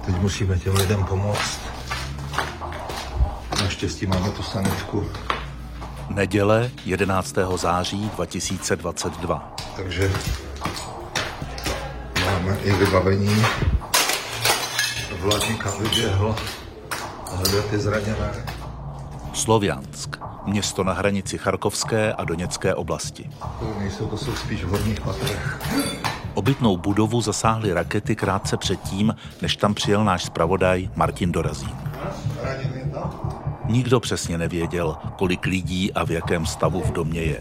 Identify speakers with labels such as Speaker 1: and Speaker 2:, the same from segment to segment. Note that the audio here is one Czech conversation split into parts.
Speaker 1: Teď musíme těm lidem pomoct. Naštěstí máme tu sanitku.
Speaker 2: Neděle 11. září 2022.
Speaker 1: Takže máme i vybavení. Vlak někam vyběhl a hledat ty zraněné.
Speaker 2: Sloviansk, město na hranici Charkovské a Doněcké oblasti.
Speaker 1: To jsou spíš v horních patrech.
Speaker 2: Obytnou budovu zasáhly rakety krátce předtím, než tam přijel náš zpravodaj Martin Dorazín. Nikdo přesně nevěděl, kolik lidí a v jakém stavu v domě je.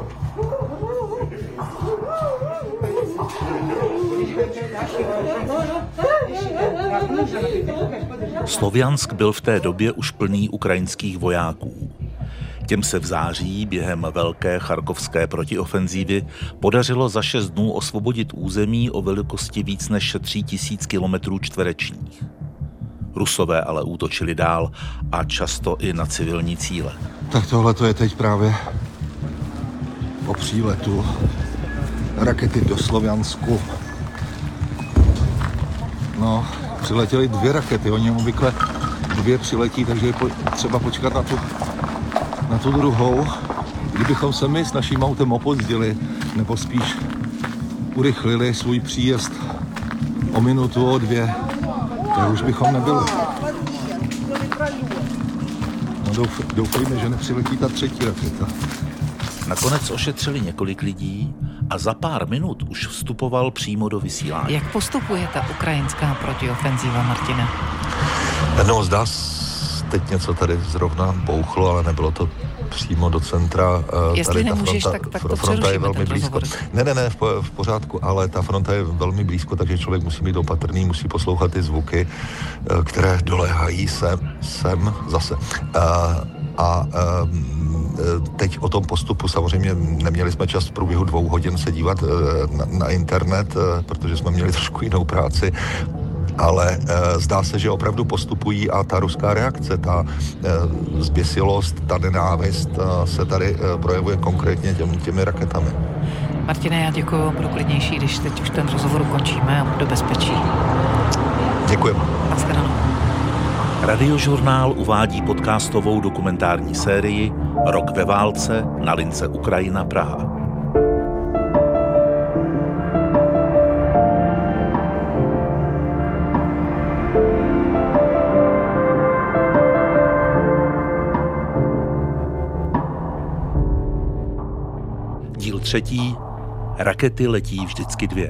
Speaker 2: Sloviansk byl v té době už plný ukrajinských vojáků. Těm se v září během velké charkovské protiofenzívy podařilo za 6 dnů osvobodit území o velikosti víc než 3000 kilometrů čtverečních. Rusové ale útočili dál a často i na civilní cíle.
Speaker 1: Tak tohle to je teď právě po příletu rakety do Sloviansku. No, přiletěly 2 rakety, oni obvykle 2 přiletí, takže je třeba počkat na tu druhou. Kdybychom se my s naším autem opozdili, nebo spíš urychlili svůj příjezd o minutu, o 2, tak už bychom nebyli. No, doufejme, že nepřiletí ta 3. raketa.
Speaker 2: Nakonec ošetřili několik lidí a za pár minut už vstupoval přímo do vysílání.
Speaker 3: Jak postupuje ta ukrajinská protiofenzíva, Martine?
Speaker 1: No, zdá teď něco tady zrovna bouchlo, ale nebylo to přímo do centra.
Speaker 3: Jestli
Speaker 1: tady
Speaker 3: nemůžeš, tak to
Speaker 1: fronta je velmi blízko.
Speaker 3: Rozhovor.
Speaker 1: Ne, v pořádku, ale ta fronta je velmi blízko, takže člověk musí být opatrný, musí poslouchat ty zvuky, které doléhají sem zase. Teď o tom postupu samozřejmě neměli jsme čas v průběhu 2 hodin se dívat na internet, protože jsme měli trošku jinou práci. Ale zdá se, že opravdu postupují a ta ruská reakce, ta zběsilost, ta nenávist se tady projevuje konkrétně těmi raketami.
Speaker 3: Martine, já děkuju, budu klidnější, když teď už ten rozhovor ukončíme a do bezpečí.
Speaker 1: Děkuji.
Speaker 3: Naschledanou.
Speaker 2: Radiožurnál uvádí podcastovou dokumentární sérii Rok ve válce na lince Ukrajina Praha. Díl 3. Rakety letí vždycky 2.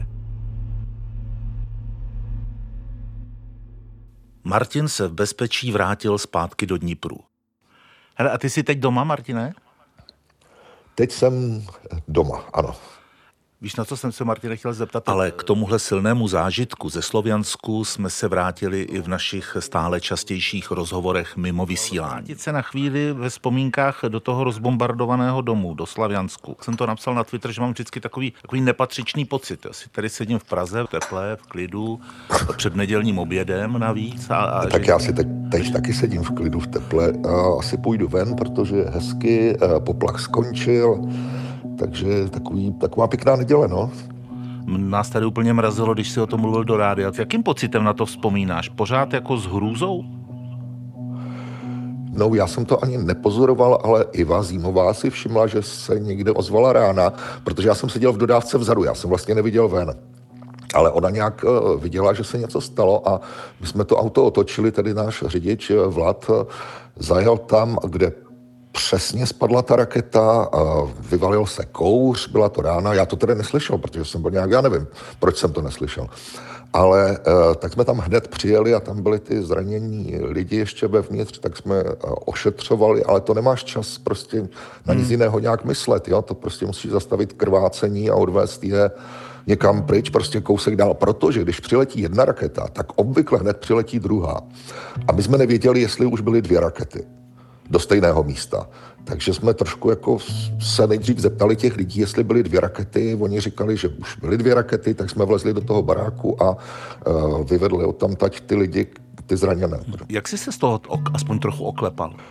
Speaker 2: Martin se v bezpečí vrátil zpátky do Dnipru. Hele, a ty jsi teď doma, Martine?
Speaker 1: Teď jsem doma, ano.
Speaker 2: Víš, na co jsem se, Martine, chtěl zeptat? Ale k tomuhle silnému zážitku ze Sloviansku jsme se vrátili i v našich stále častějších rozhovorech mimo vysílání. Vrátit se na chvíli ve vzpomínkách do toho rozbombardovaného domu, do Sloviansku. Jsem to napsal na Twitter, že mám vždycky takový nepatřičný pocit. Já si tady sedím v Praze, v teple, v klidu, před nedělním obědem navíc.
Speaker 1: Tak já si teď taky sedím v klidu, v teple. Asi půjdu ven, protože je hezky, poplach skončil. Takže taková pěkná neděle, no.
Speaker 2: Nás tady úplně mrazilo, když jsi o tom mluvil do rádia. Jakým pocitem na to vzpomínáš? Pořád jako s hrůzou?
Speaker 1: No, já jsem to ani nepozoroval, ale Iva Zímová si všimla, že se někde ozvala rána, protože já jsem seděl v dodávce vzadu, já jsem vlastně neviděl ven. Ale ona nějak viděla, že se něco stalo a my jsme to auto otočili, tedy náš řidič Vlad zajel tam, kde přesně spadla ta raketa, vyvalil se kouř, byla to rána, já to tedy neslyšel, protože jsem byl nějak, já nevím, proč jsem to neslyšel. Ale tak jsme tam hned přijeli a tam byli ty zranění lidi ještě vevnitř, tak jsme ošetřovali, ale to nemáš čas prostě na nic jiného nějak myslet, jo? To prostě musíš zastavit krvácení a odvést je někam pryč, prostě kousek dál, protože když přiletí 1 raketa, tak obvykle hned přiletí druhá. A my jsme nevěděli, jestli už byly 2 rakety do stejného místa. Takže jsme trošku jako se nejdřív zeptali těch lidí, jestli byly 2 rakety. Oni říkali, že už byly 2 rakety, tak jsme vlezli do toho baráku a vyvedli odtamtať ty lidi, ty zraněné.
Speaker 2: Jak jsi se z toho aspoň trochu oklepal?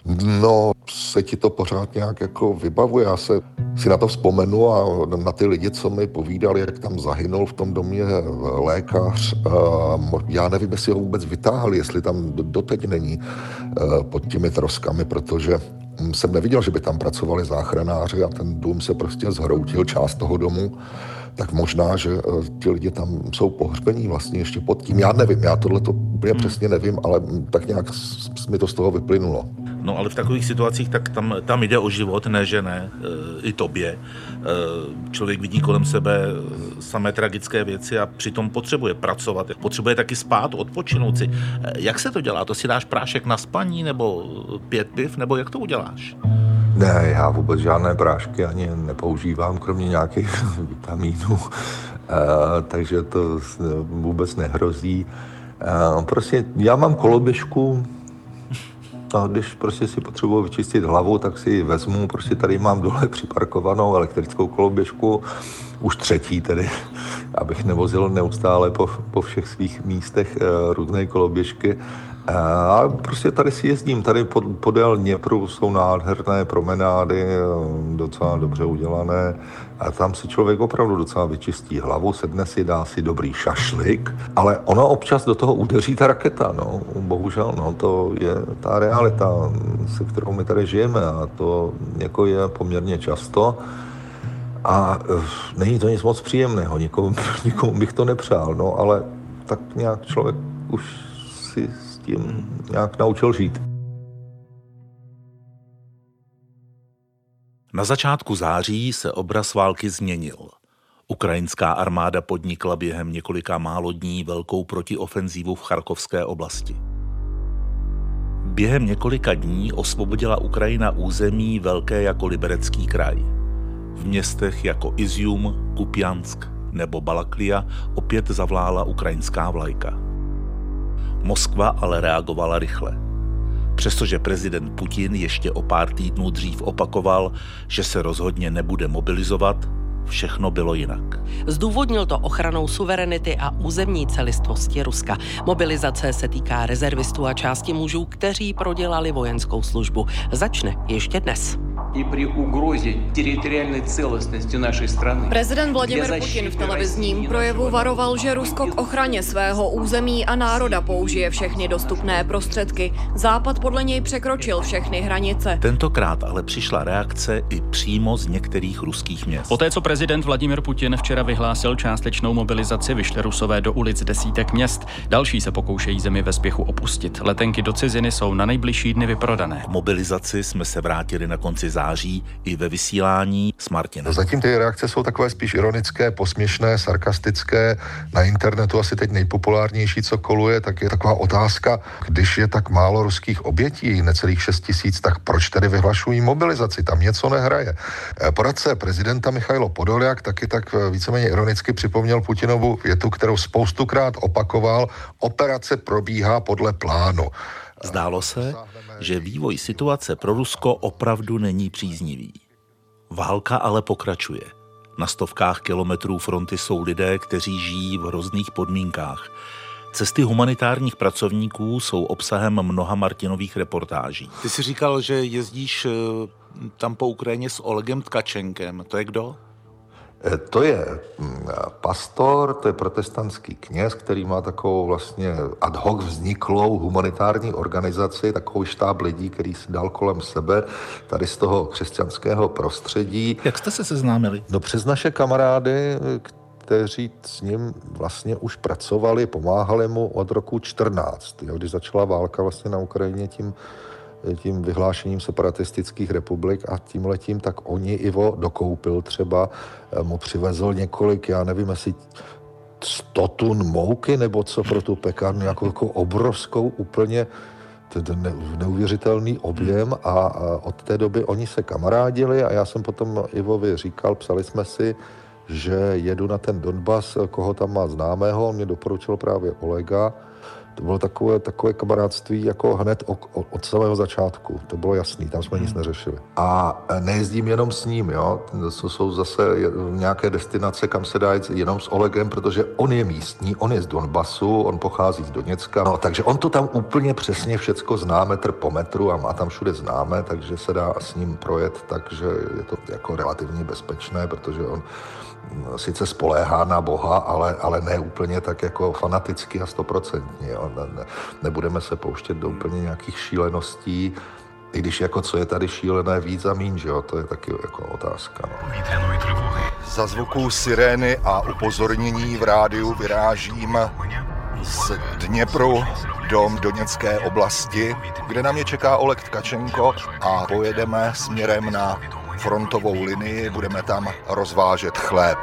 Speaker 1: No, se ti to pořád nějak jako vybavuje. Já si na to vzpomenu a na ty lidi, co mi povídali, jak tam zahynul v tom domě lékař. Já nevím, jestli ho vůbec vytáhli, jestli tam doteď není pod těmi troskami, protože jsem neviděl, že by tam pracovali záchranáři a ten dům se prostě zhroutil, část toho domu. Tak možná, že ti lidi tam jsou pohřbení vlastně ještě pod tím. Já nevím, já tohle to úplně přesně nevím, ale tak nějak mi to z toho vyplynulo.
Speaker 2: No ale v takových situacích tak tam jde o život, ne že ne, i tobě. Člověk vidí kolem sebe samé tragické věci a přitom potřebuje pracovat, potřebuje taky spát, odpočinout si. Jak se to dělá? To si dáš prášek na spaní nebo 5 piv, nebo jak to uděláš?
Speaker 1: Ne, já vůbec žádné prášky ani nepoužívám, kromě nějakých vitamínů, takže to vůbec nehrozí. Prostě já mám koloběžku, a když prostě si potřebuji vyčistit hlavu, tak si ji vezmu, prostě tady mám dole připarkovanou elektrickou koloběžku, už 3. tedy, abych nevozil neustále po všech svých místech různé koloběžky. A prostě tady si jezdím, tady podél Dněpru jsou nádherné promenády, docela dobře udělané a tam si člověk opravdu docela vyčistí hlavu, sedne si, dá si dobrý šašlik, ale ono občas do toho udeří ta raketa, no, bohužel, no, to je ta realita, se kterou my tady žijeme a to jako je poměrně často a není to nic moc příjemného, nikomu bych to nepřál, no, ale tak nějak člověk už si tím nějak naučil žít.
Speaker 2: Na začátku září se obraz války změnil. Ukrajinská armáda podnikla během několika málo dní velkou protiofenzívu v Charkovské oblasti. Během několika dní osvobodila Ukrajina území velké jako Liberecký kraj. V městech jako Izjum, Kupjansk nebo Balaklia opět zavlála ukrajinská vlajka. Moskva ale reagovala rychle. Přestože prezident Putin ještě o pár týdnů dřív opakoval, že se rozhodně nebude mobilizovat, všechno bylo jinak.
Speaker 4: Zdůvodnil to ochranou suverenity a územní celistvosti Ruska. Mobilizace se týká rezervistů a části mužů, kteří prodělali vojenskou službu. Začne ještě dnes.
Speaker 5: I při ugroze teritoriální celistvosti naší strany.
Speaker 6: Prezident Vladimir Putin v televizním projevu varoval, že Rusko k ochraně svého území a národa použije všechny dostupné prostředky. Západ podle něj překročil všechny hranice.
Speaker 2: Tentokrát ale přišla reakce i přímo z některých ruských měst.
Speaker 7: Poté, co prezident Vladimir Putin včera vyhlásil částečnou mobilizaci, vyšli Rusové do ulic desítek měst. Další se pokoušejí zemi ve spěchu opustit. Letenky do ciziny jsou na nejbližší dny vyprodané.
Speaker 2: K mobilizaci jsme se vrátili na konci září i ve vysílání s Martinem.
Speaker 1: Zatím ty reakce jsou takové spíš ironické, posměšné, sarkastické. Na internetu asi teď nejpopulárnější, co koluje, tak je taková otázka, když je tak málo ruských obětí, necelých 6 000, tak proč tedy vyhlašují mobilizaci? Tam něco nehraje. Poradce prezidenta Michailo Podolyak taky tak víceméně ironicky připomněl Putinovu větu, kterou spoustukrát opakoval: operace probíhá podle plánu.
Speaker 2: Zdálo se, že vývoj situace pro Rusko opravdu není příznivý. Válka ale pokračuje. Na stovkách kilometrů fronty jsou lidé, kteří žijí v hrozných podmínkách. Cesty humanitárních pracovníků jsou obsahem mnoha Martinových reportáží. Ty jsi říkal, že jezdíš tam po Ukrajině s Olegem Tkačenkem. To je kdo?
Speaker 1: To je pastor, to je protestantský kněz, který má takovou vlastně ad hoc vzniklou humanitární organizaci, takový štáb lidí, který si dal kolem sebe tady z toho křesťanského prostředí.
Speaker 2: Jak jste se seznámili?
Speaker 1: No přes naše kamarády, kteří s ním vlastně už pracovali, pomáhali mu od roku 14, když začala válka vlastně na Ukrajině tím vyhlášením separatistických republik a tímhletím, tak oni Ivo dokoupil třeba, mu přivezl několik, já nevím, jestli 100 tun mouky nebo co pro tu pekárnu, nějakou takovou obrovskou úplně neuvěřitelný objem a od té doby oni se kamarádili a já jsem potom Ivovi říkal, psali jsme si, že jedu na ten Donbas, koho tam má známého, on mě doporučil právě Olega To bylo takové kamarádství jako hned od samého začátku. To bylo jasný, tam jsme nic neřešili. A nejezdím jenom s ním, jo. Jsou zase nějaké destinace, kam se dá jít jenom s Olegem, protože on je místní, on je z Donbasu, on pochází z Doněcka. No, takže on to tam úplně přesně všecko zná metr po metru a má tam všude známe, takže se dá s ním projet, takže je to jako relativně bezpečné, protože on sice spoléhá na Boha, ale ne úplně tak jako fanaticky a 100%. Nebudeme se pouštět do úplně nějakých šíleností, i když jako co je tady šílené víc a míň, že jo, to je taky jako otázka. No.
Speaker 8: Za zvuků sirény a upozornění v rádiu vyrážím z Dněpru do Doněcké oblasti, kde na mě čeká Oleg Tkačenko a pojedeme směrem na frontovou linii, budeme tam rozvážet chléb.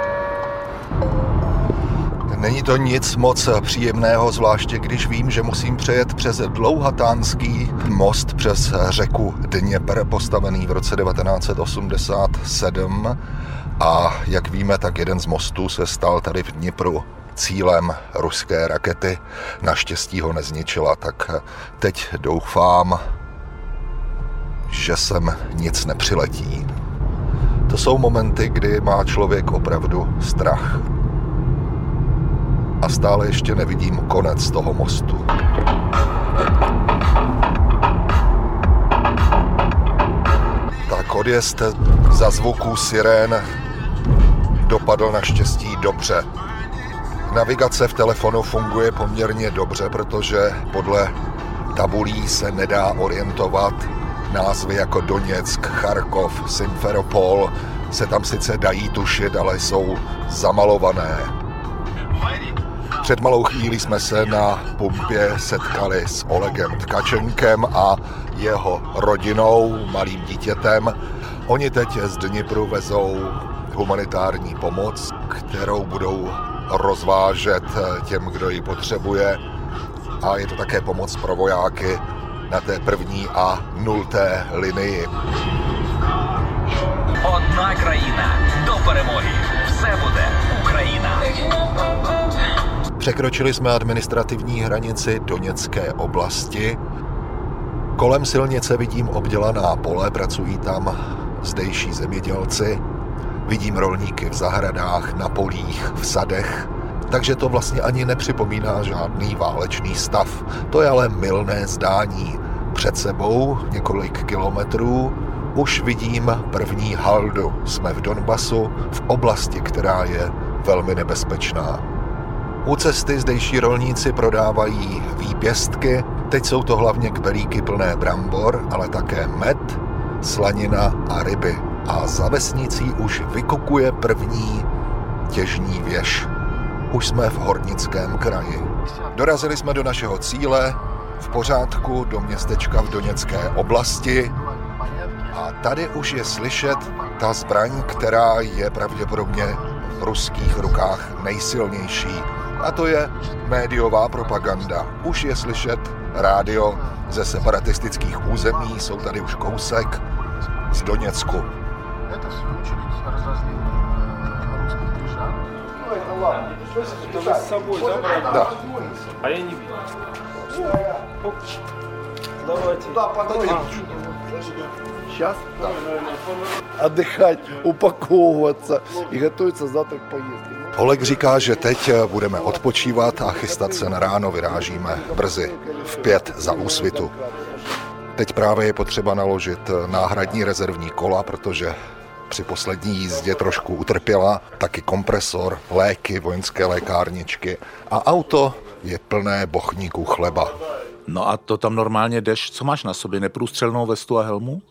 Speaker 8: Není to nic moc příjemného, zvláště když vím, že musím přejet přes dlouhatánský most přes řeku Dněpr, postavený v roce 1987. A jak víme, tak jeden z mostů se stal tady v Dněpru cílem ruské rakety. Naštěstí ho nezničila, tak teď doufám, že sem nic nepřiletí. To jsou momenty, kdy má člověk opravdu strach. A stále ještě nevidím konec toho mostu. Tak odjezd za zvuků sirén dopadl naštěstí dobře. Navigace v telefonu funguje poměrně dobře, protože podle tabulí se nedá orientovat. Názvy jako Doněck, Charkov, Simferopol se tam sice dají tušit, ale jsou zamalované. Před malou chvílí jsme se na pumpě setkali s Olegem Tkačenkem a jeho rodinou, malým dítětem. Oni teď z Dněpru vezou humanitární pomoc, kterou budou rozvážet těm, kdo ji potřebuje. A je to také pomoc pro vojáky na té první a 0. linii.
Speaker 9: Одна країна до перемоги. Все буде Україна.
Speaker 8: Překročili jsme administrativní hranici Doněcké oblasti. Kolem silnice vidím obdělaná pole, pracují tam zdejší zemědělci. Vidím rolníky v zahradách, na polích, v sadech. Takže to vlastně ani nepřipomíná žádný válečný stav. To je ale mylné zdání. Před sebou několik kilometrů už vidím první haldu. Jsme v Donbasu, v oblasti, která je velmi nebezpečná. U cesty zdejší rolníci prodávají výpěstky. Teď jsou to hlavně kbelíky plné brambor, ale také med, slanina a ryby. A za vesnicí už vykukuje první těžní věž. Už jsme v Hornickém kraji. Dorazili jsme do našeho cíle, v pořádku, do městečka v Doněcké oblasti. A tady už je slyšet ta zbraň, která je pravděpodobně v ruských rukách nejsilnější. A to je médiová propaganda. Už je slyšet rádio ze separatistických území, jsou tady už kousek z Doněcku. Да. А я не вижу.
Speaker 10: Давайте. Сейчас отдыхать, упаковываться и готовиться завтра к поездке.
Speaker 8: Oleg říká, že teď budeme odpočívat a chystat se na ráno, vyrážíme brzy v 5 za Úsvitu. Teď právě je potřeba naložit náhradní rezervní kola, protože při poslední jízdě trošku utrpěla, taky kompresor, léky, vojenské lékárničky a auto je plné bochníků chleba.
Speaker 2: No a to tam normálně jdeš, co máš na sobě, neprůstřelnou vestu a helmu?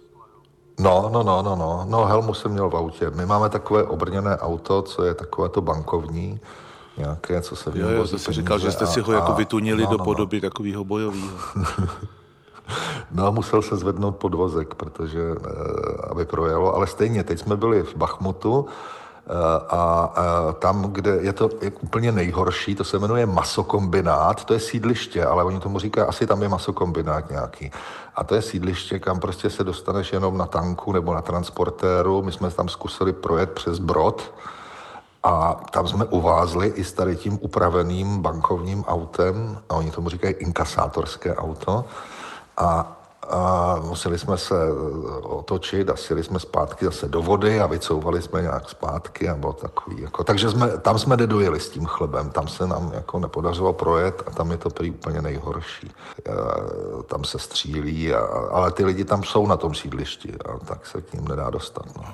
Speaker 1: No, helmu jsem měl v autě. My máme takové obrněné auto, co je takové to bankovní, nějaké, co se v něm vozí
Speaker 2: peníze. Říkal, že jste si ho jako vytunili do podoby takového bojového.
Speaker 1: No, musel se zvednout podvozek, protože aby projelo, ale stejně, teď jsme byli v Bachmutu a tam, kde je to úplně nejhorší, to se jmenuje masokombinát, to je sídliště, ale oni tomu říkají, asi tam je masokombinát nějaký. A to je sídliště, kam prostě se dostaneš jenom na tanku nebo na transportéru. My jsme tam zkusili projet přes Brod A tam jsme uvázli i s tady tím upraveným bankovním autem, a oni tomu říkají inkasátorské auto, a museli jsme se otočit a sjeli jsme zpátky zase do vody a vycouvali jsme nějak zpátky a bylo takový, jako, takže tam jsme nedojeli s tím chlebem, tam se nám jako nepodařilo projet a tam je to prý úplně nejhorší. Tam se střílí, ale ty lidi tam jsou na tom sídlišti a tak se k ním nedá dostat. No.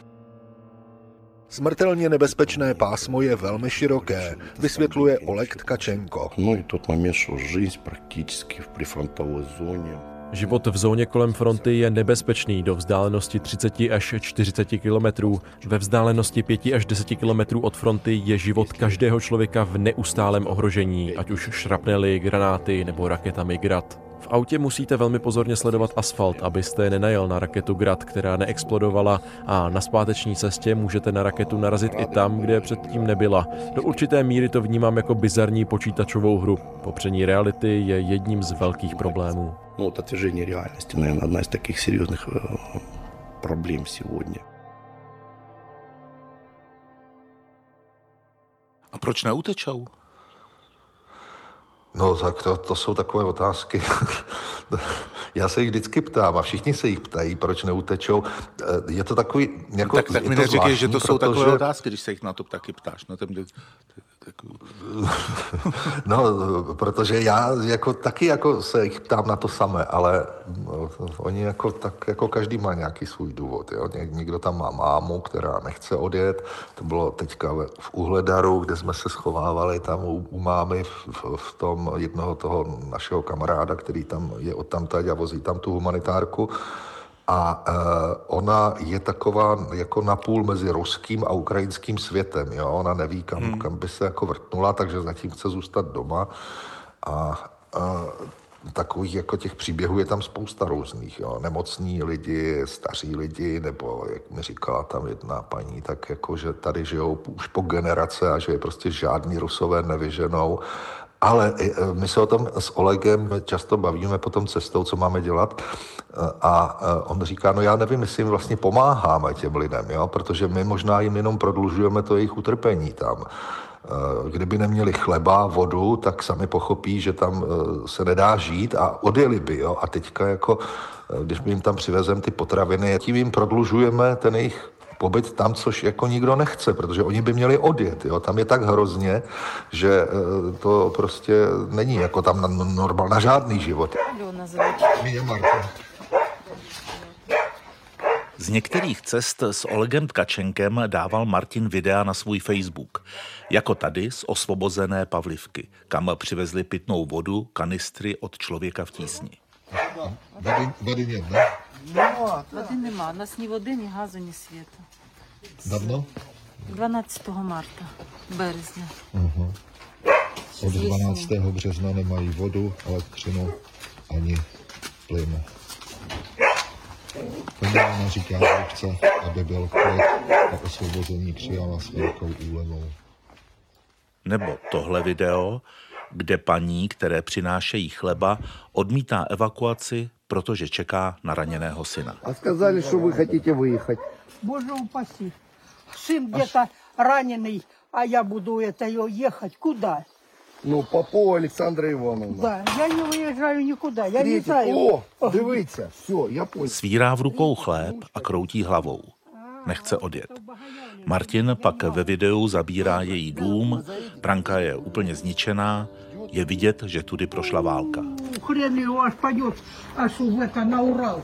Speaker 8: Smrtelně nebezpečné pásmo je velmi široké, vysvětluje Oleg Tkačenko.
Speaker 11: No i tот moment, že жизнь prakticky v přifrontové zóně.
Speaker 12: Život v zóně kolem fronty je nebezpečný do vzdálenosti 30 až 40 kilometrů. Ve vzdálenosti 5 až 10 kilometrů od fronty je život každého člověka v neustálém ohrožení, ať už šrapnely, granáty nebo raketami Grad. V autě musíte velmi pozorně sledovat asfalt, abyste nenajel na raketu Grad, která neexplodovala, a na zpáteční cestě můžete na raketu narazit i tam, kde předtím nebyla. Do určité míry to vnímám jako bizarní počítačovou hru. Popření reality je jedním z velkých problémů.
Speaker 11: No, отражение реальности, наверное, одна из таких серьезных проблем сегодня.
Speaker 2: A proč neutečou?
Speaker 1: No, tak to jsou takové otázky. Já se jich vždycky ptám a všichni se jich ptají, proč neutečou. Je to takový... Jako,
Speaker 2: tak mi neříkej, že to jsou takové otázky, když se jich na to taky ptáš.
Speaker 1: No, protože já taky se jich ptám na to samé, ale oni jako každý má nějaký svůj důvod. Jo? Někdo tam má mámu, která nechce odjet. To bylo teďka v Uhledaru, kde jsme se schovávali tam u mámy v tom jednoho toho našeho kamaráda, který tam je odtamtať a vozí tam tu humanitárku. A ona je taková jako napůl mezi ruským a ukrajinským světem. Jo? Ona neví, kam by se jako vrtnula, takže zatím chce zůstat doma. A takových jako těch příběhů je tam spousta různých. Jo? Nemocní lidi, staří lidi, nebo jak mi říkala tam jedna paní, tak jako, že tady žijou už po generace a že je prostě žádní Rusové nevyženou. Ale my se o tom s Olegem často bavíme potom cestou, co máme dělat, a on říká, no já nevím, jestli jim vlastně pomáháme těm lidem, jo? Protože my možná jim jenom prodlužujeme to jejich utrpení tam. Kdyby neměli chleba, vodu, tak sami pochopí, že tam se nedá žít a odjeli by. Jo? A teďka, jako, když my jim tam přivezeme ty potraviny, tím jim prodlužujeme ten jejich pobyt tam, což jako nikdo nechce, protože oni by měli odjet. Jo? Tam je tak hrozně, že to prostě není jako tam na žádný život.
Speaker 2: Z některých cest s Olegem Tkačenkem dával Martin videa na svůj Facebook. Jako tady z osvobozené Pavlivky, kam přivezli pitnou vodu, kanistry od člověka v tísni.
Speaker 1: Vody ne?
Speaker 13: Води нема. У нас ні води, ні газу, ні світу.
Speaker 1: Давно?
Speaker 13: 12 марта, березня.
Speaker 1: Od 12. března nemají vodu, elektřinu ani plyn. Paní Anna říká, že chce, aby byl klid a osvobození přijala s velkou úlevou.
Speaker 2: Nebo tohle video, kde paní, které přinášejí chleba, odmítá evakuaci, protože čeká na raněného syna.
Speaker 10: A сказали, že vy chcete vyjechat.
Speaker 14: Bože upasi. Syn где-то ранеný, a já budu ехать. Куда?
Speaker 10: Ну, Попова Александра Ивановна.
Speaker 14: Да, я не выезжаю никуда, я не знаю.
Speaker 10: О, дивіться, все, я понял.
Speaker 2: Svírá v rukou chléb a kroutí hlavou. Nechce odjet. Martin pak ve videu zabírá její dům, branka je úplně zničená, je vidět, že tudy prošla válka.
Speaker 14: Хрен его аж пойдет, аж на Урал.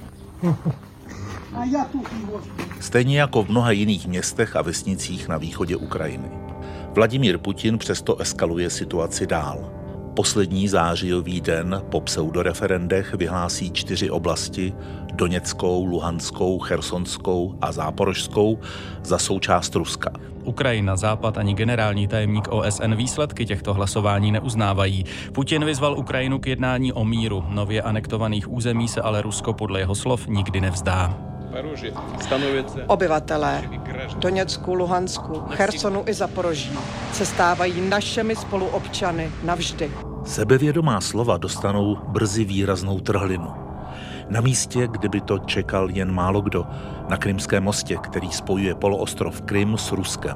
Speaker 14: A já tu
Speaker 2: Stejně jako v mnoha jiných městech a vesnicích na východě Ukrajiny. Vladimír Putin přesto eskaluje situaci dál. Poslední zářijový den po pseudoreferendech vyhlásí 4 oblasti, Doněckou, Luhanskou, Chersonskou a Záporožskou, za součást Ruska.
Speaker 7: Ukrajina, Západ ani generální tajemník OSN výsledky těchto hlasování neuznávají. Putin vyzval Ukrajinu k jednání o míru. Nově anektovaných území se ale Rusko podle jeho slov nikdy nevzdá.
Speaker 15: Obyvatelé Doněcku, Luhansku, Chersonu i Zaporoží se stávají našimi spoluobčany navždy.
Speaker 2: Sebevědomá slova dostanou brzy výraznou trhlinu. Na místě, kde by to čekal jen málo kdo, na Krymském mostě, který spojuje poloostrov Krym s Ruskem.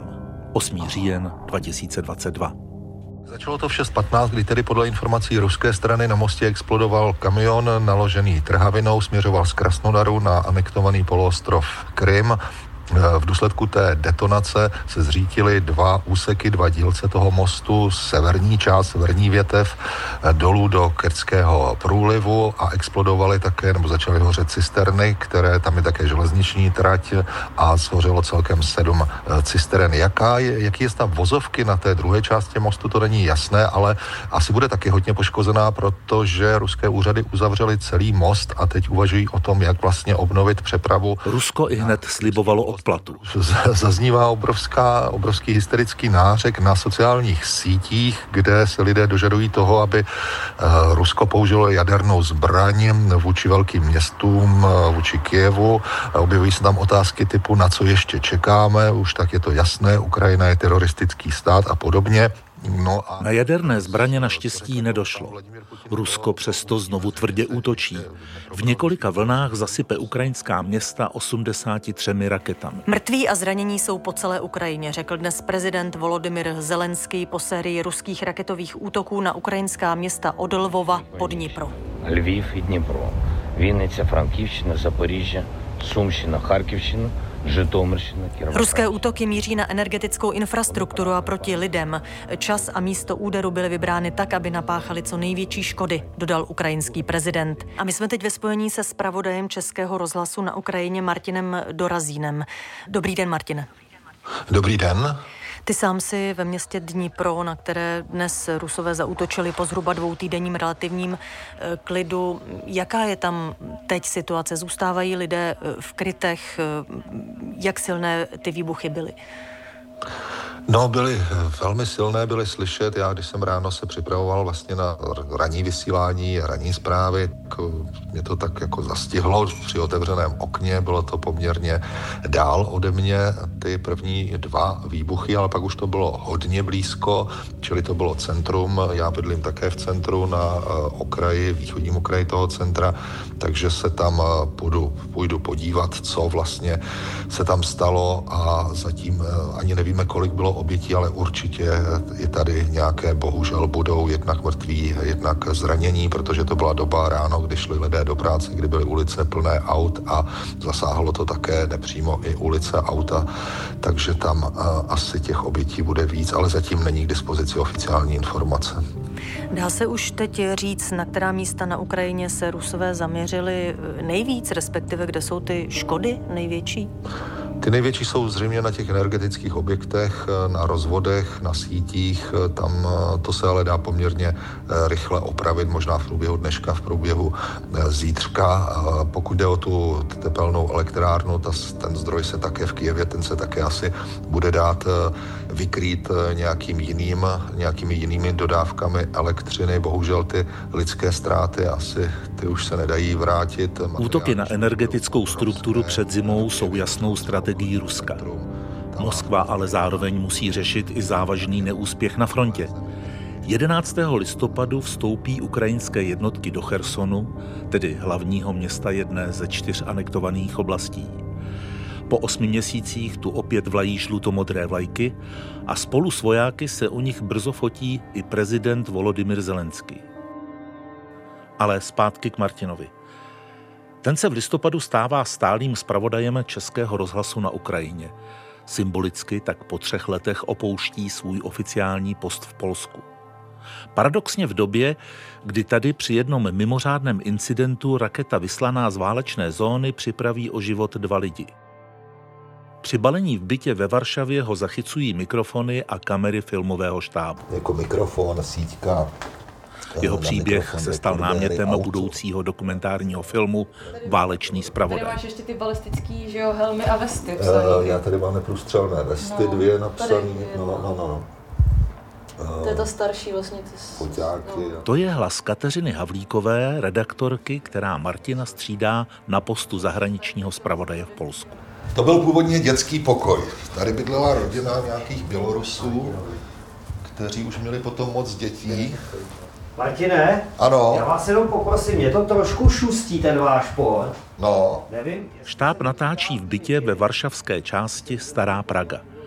Speaker 2: 8. říjen 2022.
Speaker 8: Začalo to v 6:15, kdy tedy podle informací ruské strany na mostě explodoval kamion naložený trhavinou, směřoval z Krasnodaru na anektovaný poloostrov Krym. V důsledku té detonace se zřítily dva úseky, dva dílce toho mostu, severní část, severní větev, dolů do Kerčského průlivu a explodovaly také, nebo začaly hořet cisterny, které tam je také železniční trať a shořelo celkem 7 cisteren. Jaký je stav vozovky na té druhé části mostu, to není jasné, ale asi bude taky hodně poškozená, protože ruské úřady uzavřely celý most a teď uvažují o tom, jak vlastně obnovit přepravu.
Speaker 2: Rusko ihned slibovalo odplatu.
Speaker 8: Zaznívá obrovský hysterický nářek na sociálních sítích, kde se lidé dožadují toho, aby Rusko použilo jadernou zbraň vůči velkým městům, vůči Kyjevu. Objevují se tam otázky typu, na co ještě čekáme, už tak je to jasné, Ukrajina je teroristický stát a podobně.
Speaker 2: Na jaderné zbraně naštěstí nedošlo. Rusko přesto znovu tvrdě útočí. V několika vlnách zasype ukrajinská města 83 raketami.
Speaker 16: Mrtví a zranění jsou po celé Ukrajině, řekl dnes prezident Volodymyr Zelenský po sérii ruských raketových útoků na ukrajinská města od Lvova po Dnipro.
Speaker 17: Lviv i Dnipro, Vinnice, Frankivština, Zaporíží, Sumština, Charkivština,
Speaker 16: Ruské útoky míří na energetickou infrastrukturu a proti lidem. Čas a místo úderu byly vybrány tak, aby napáchali co největší škody, dodal ukrajinský prezident. A my jsme teď ve spojení se zpravodajem Českého rozhlasu na Ukrajině Martinem Dorazínem. Dobrý den, Martine.
Speaker 8: Dobrý den.
Speaker 16: Ty sám si ve městě Dnipro, na které dnes Rusové zaútočili po zhruba 2týdenním relativním klidu. Jaká je tam teď situace? Zůstávají lidé v krytech? Jak silné ty výbuchy byly?
Speaker 8: No, byly velmi silné, byly slyšet. Já, když jsem ráno se připravoval vlastně na ranní vysílání, ranní zprávy, mě to tak jako zastihlo při otevřeném okně, bylo to poměrně dál ode mě, ty první 2 výbuchy, ale pak už to bylo hodně blízko, čili to bylo centrum, já bydlím také v centru na okraji, východním okraji toho centra, takže se tam půjdu podívat, co vlastně se tam stalo a zatím ani nevíme, kolik bylo obětí, ale určitě je tady nějaké, bohužel budou jednak mrtví, jednak zranění, protože to byla doba ráno, kdy šli lidé do práce, kdy byly ulice plné aut a zasáhlo to také nepřímo i ulice, auta, takže tam asi těch obětí bude víc, ale zatím není k dispozici oficiální informace.
Speaker 16: Dá se už teď říct, na která místa na Ukrajině se Rusové zaměřili nejvíc, respektive kde jsou ty škody největší?
Speaker 8: Ty největší jsou zřejmě na těch energetických objektech, na rozvodech, na sítích, tam to se ale dá poměrně rychle opravit, možná v průběhu dneška, v průběhu zítřka. Pokud jde o tu tepelnou elektrárnu, ten zdroj se také v Kyjevě, ten se také asi bude dát vykrýt nějakými jinými dodávkami elektřiny. Bohužel ty lidské ztráty asi ty už se nedají vrátit.
Speaker 2: Útoky na energetickou strukturu před zimou jsou jasnou strategií Ruska. Moskva ale zároveň musí řešit i závažný neúspěch na frontě. 11. listopadu vstoupí ukrajinské jednotky do Chersonu, tedy hlavního města jedné ze 4 anektovaných oblastí. Po 8 měsících tu opět vlají žlutomodré vlajky a spolu s vojáky se u nich brzo fotí i prezident Volodymyr Zelenský. Ale zpátky k Martinovi. Ten se v listopadu stává stálým zpravodajem Českého rozhlasu na Ukrajině. Symbolicky tak po 3 letech opouští svůj oficiální post v Polsku. Paradoxně v době, kdy tady při jednom mimořádném incidentu raketa vyslaná z válečné zóny připraví o život 2 lidi. Při balení v bytě ve Varšavě ho zachycují mikrofony a kamery filmového štábu.
Speaker 8: Jako mikrofon, síťka.
Speaker 2: Jeho příběh se stal námětem budoucího dokumentárního filmu Válečný zpravodaj.
Speaker 18: Tady máš ještě ty balistický, že jo, helmy a vesty.
Speaker 8: Já tady mám neprůstřelné vesty, 2 napsané. No.
Speaker 18: To je ta starší vlastně.
Speaker 2: To je hlas Kateřiny Havlíkové, redaktorky, která Martina střídá na postu zahraničního zpravodaje v Polsku.
Speaker 8: To byl původně dětský pokoj. Tady bydlela rodina nějakých Bělorusů, kteří už měli potom moc dětí.
Speaker 19: Martine?
Speaker 8: Ano?
Speaker 19: Já vás jenom poprosím, mě to trošku šustí, ten váš por.
Speaker 8: No.
Speaker 19: Nevím.
Speaker 2: Štáb natáčí v bytě ve varšavské části Stará Praga.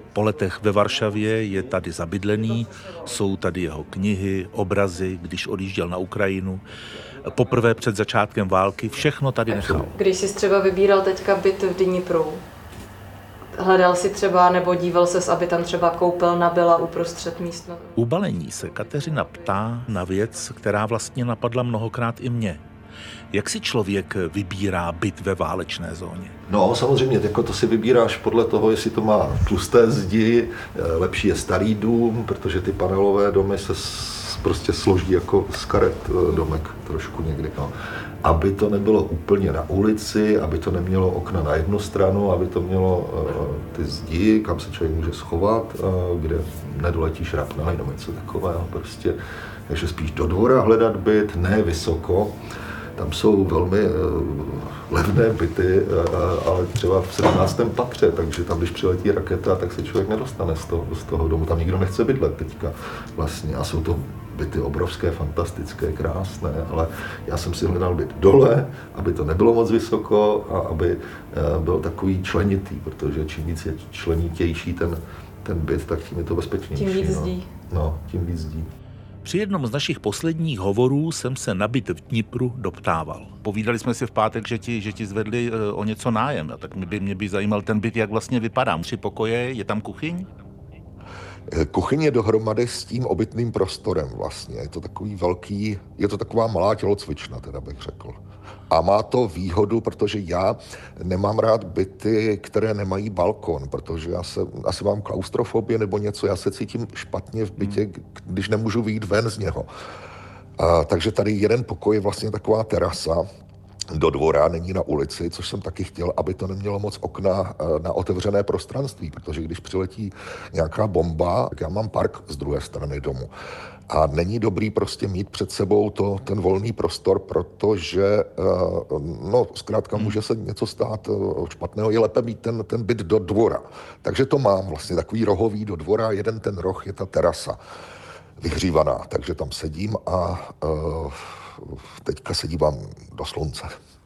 Speaker 2: Po letech ve Varšavě je tady zabydlený, jsou tady jeho knihy, obrazy, když odjížděl na Ukrajinu. Poprvé před začátkem války všechno tady nechal.
Speaker 18: Když jsi třeba vybíral teďka byt v Dnipru, hledal si třeba nebo díval ses, aby tam třeba koupelna byla uprostřed místnosti?
Speaker 2: U balení se Kateřina ptá na věc, která vlastně napadla mnohokrát i mě. Jak si člověk vybírá byt ve válečné zóně?
Speaker 8: No samozřejmě, jako to si vybíráš podle toho, jestli to má tlusté zdi, lepší je starý dům, protože ty panelové domy se prostě složí jako z karet domek trošku někdy. No. Aby to nebylo úplně na ulici, aby to nemělo okna na jednu stranu, aby to mělo ty zdi, kam se člověk může schovat, kde nedoletí šrapnel nebo něco takového prostě. Takže spíš do dvora hledat byt, ne vysoko. Tam jsou velmi levné byty, ale třeba v 17. patře, takže tam, když přiletí raketa, tak se člověk nedostane z toho domu. Tam nikdo nechce bydlet teďka vlastně. A jsou to byty obrovské, fantastické, krásné, ale já jsem si hledal byt dole, aby to nebylo moc vysoko a aby byl takový členitý, protože čím víc je členitější ten byt, tak tím je to bezpečnější.
Speaker 18: Tím víc zdí.
Speaker 8: No, tím víc zdí.
Speaker 2: Při jednom z našich posledních hovorů jsem se na byt v Dnipru doptával. Povídali jsme si v pátek, že ti zvedli o něco nájem, a tak mě by zajímal ten byt, jak vlastně vypadá. 3 pokoje, je tam kuchyň?
Speaker 1: Kuchyň je dohromady s tím obytným prostorem vlastně. Je to takový velký, je to taková malá tělocvična, teda bych řekl. A má to výhodu, protože já nemám rád byty, které nemají balkon, protože já asi mám klaustrofobii nebo něco, já se cítím špatně v bytě, když nemůžu vyjít ven z něho. Takže tady jeden pokoj je vlastně taková terasa do dvora, není na ulici, což jsem taky chtěl, aby to nemělo moc okna na otevřené prostranství, protože když přiletí nějaká bomba, tak já mám park z druhé strany domu. A není dobrý prostě mít před sebou ten volný prostor, protože zkrátka může se něco stát špatného, je lépe mít ten byt do dvora. Takže to mám vlastně takový rohový do dvora, jeden ten roh je ta terasa vyhřívaná, takže tam sedím a teďka se dívám do slunce.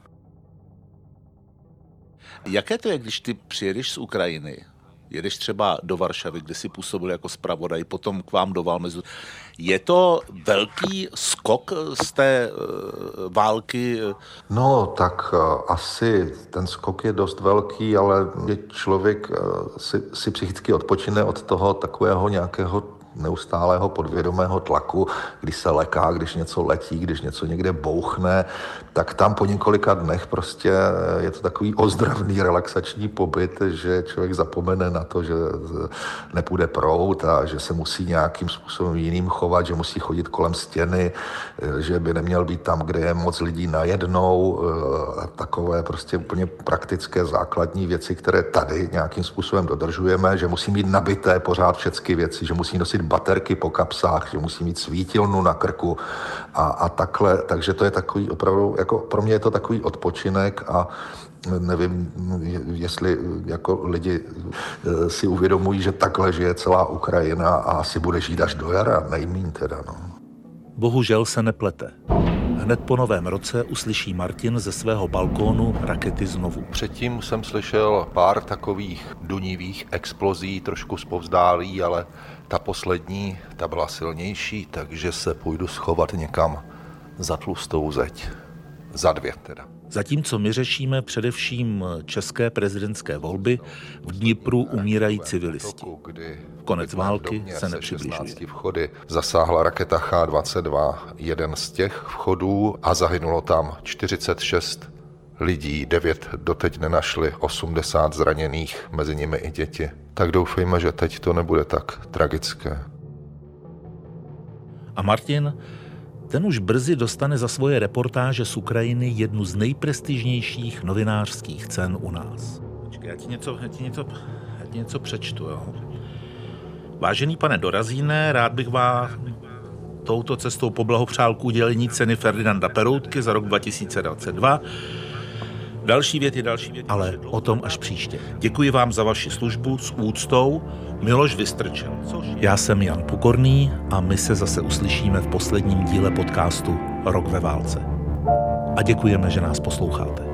Speaker 2: Jaké to je, když ty přijedeš z Ukrajiny, jedeš třeba do Varšavy, kde jsi působil jako zpravodaj, potom k vám do Valmezu. Je to velký skok z té války?
Speaker 8: No, tak asi ten skok je dost velký, ale člověk si psychicky odpočine od toho takového nějakého neustálého podvědomého tlaku, když se leká, když něco letí, když něco někde bouchne, tak tam po několika dnech prostě je to takový ozdravný relaxační pobyt, že člověk zapomene na to, že nepůjde proud a že se musí nějakým způsobem jiným chovat, že musí chodit kolem stěny, že by neměl být tam, kde je moc lidí najednou, takové prostě úplně praktické základní věci, které tady nějakým způsobem dodržujeme, že musí mít nabité pořád všechny věci, že musí nosit baterky po kapsách, že musí mít svítilnu na krku a takhle, takže to je takový opravdu, jako pro mě je to takový odpočinek a nevím, jestli jako lidi si uvědomují, že takhle žije celá Ukrajina a asi bude žít až do jara, nejmíň teda, no.
Speaker 2: Bohužel se neplete. Hned po novém roce uslyší Martin ze svého balkónu rakety znovu.
Speaker 8: Předtím jsem slyšel pár takových dunivých explozí, trošku zpovzdálí, ale ta poslední, ta byla silnější, takže se půjdu schovat někam za tlustou zeď. Za 2 teda.
Speaker 2: Zatímco my řešíme především české prezidentské volby, v Dnipru umírají civilisti. Konec války se nepřibližuje.
Speaker 8: Vchody zasáhla raketa H-22, jeden z těch vchodů a zahynulo tam 46 lidí, 9 doteď nenašli, 80 zraněných, mezi nimi i děti. Tak doufejme, že teď to nebude tak tragické.
Speaker 2: A Martin, ten už brzy dostane za svoje reportáže z Ukrajiny jednu z nejprestižnějších novinářských cen u nás. Počkej, já ti něco přečtu, jo. Vážený pane Dorazíne, rád bych vám touto cestou poblahopřál k udělení ceny Ferdinanda Peroutky za rok 2022. Další věty, ale o tom až příště. Děkuji vám za vaši službu s úctou, Miloš Vystrčil. Já jsem Jan Pokorný a my se zase uslyšíme v posledním díle podcastu Rok ve válce. A děkujeme, že nás posloucháte.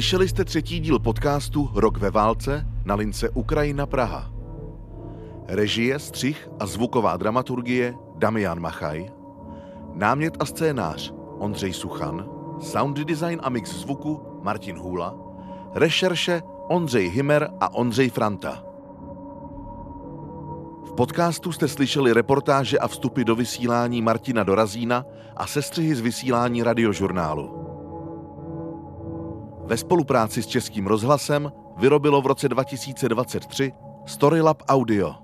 Speaker 20: Slyšeli jste 3. díl podcastu Rok ve válce na lince Ukrajina Praha. Režie, střih a zvuková dramaturgie Damian Machaj, námět a scénář Ondřej Suchan, sound design a mix zvuku Martin Hůla, rešerše Ondřej Hymer a Ondřej Franta. V podcastu jste slyšeli reportáže a vstupy do vysílání Martina Dorazína a sestřihy z vysílání Radiožurnálu. Ve spolupráci s Českým rozhlasem vyrobilo v roce 2023 Storylab Audio.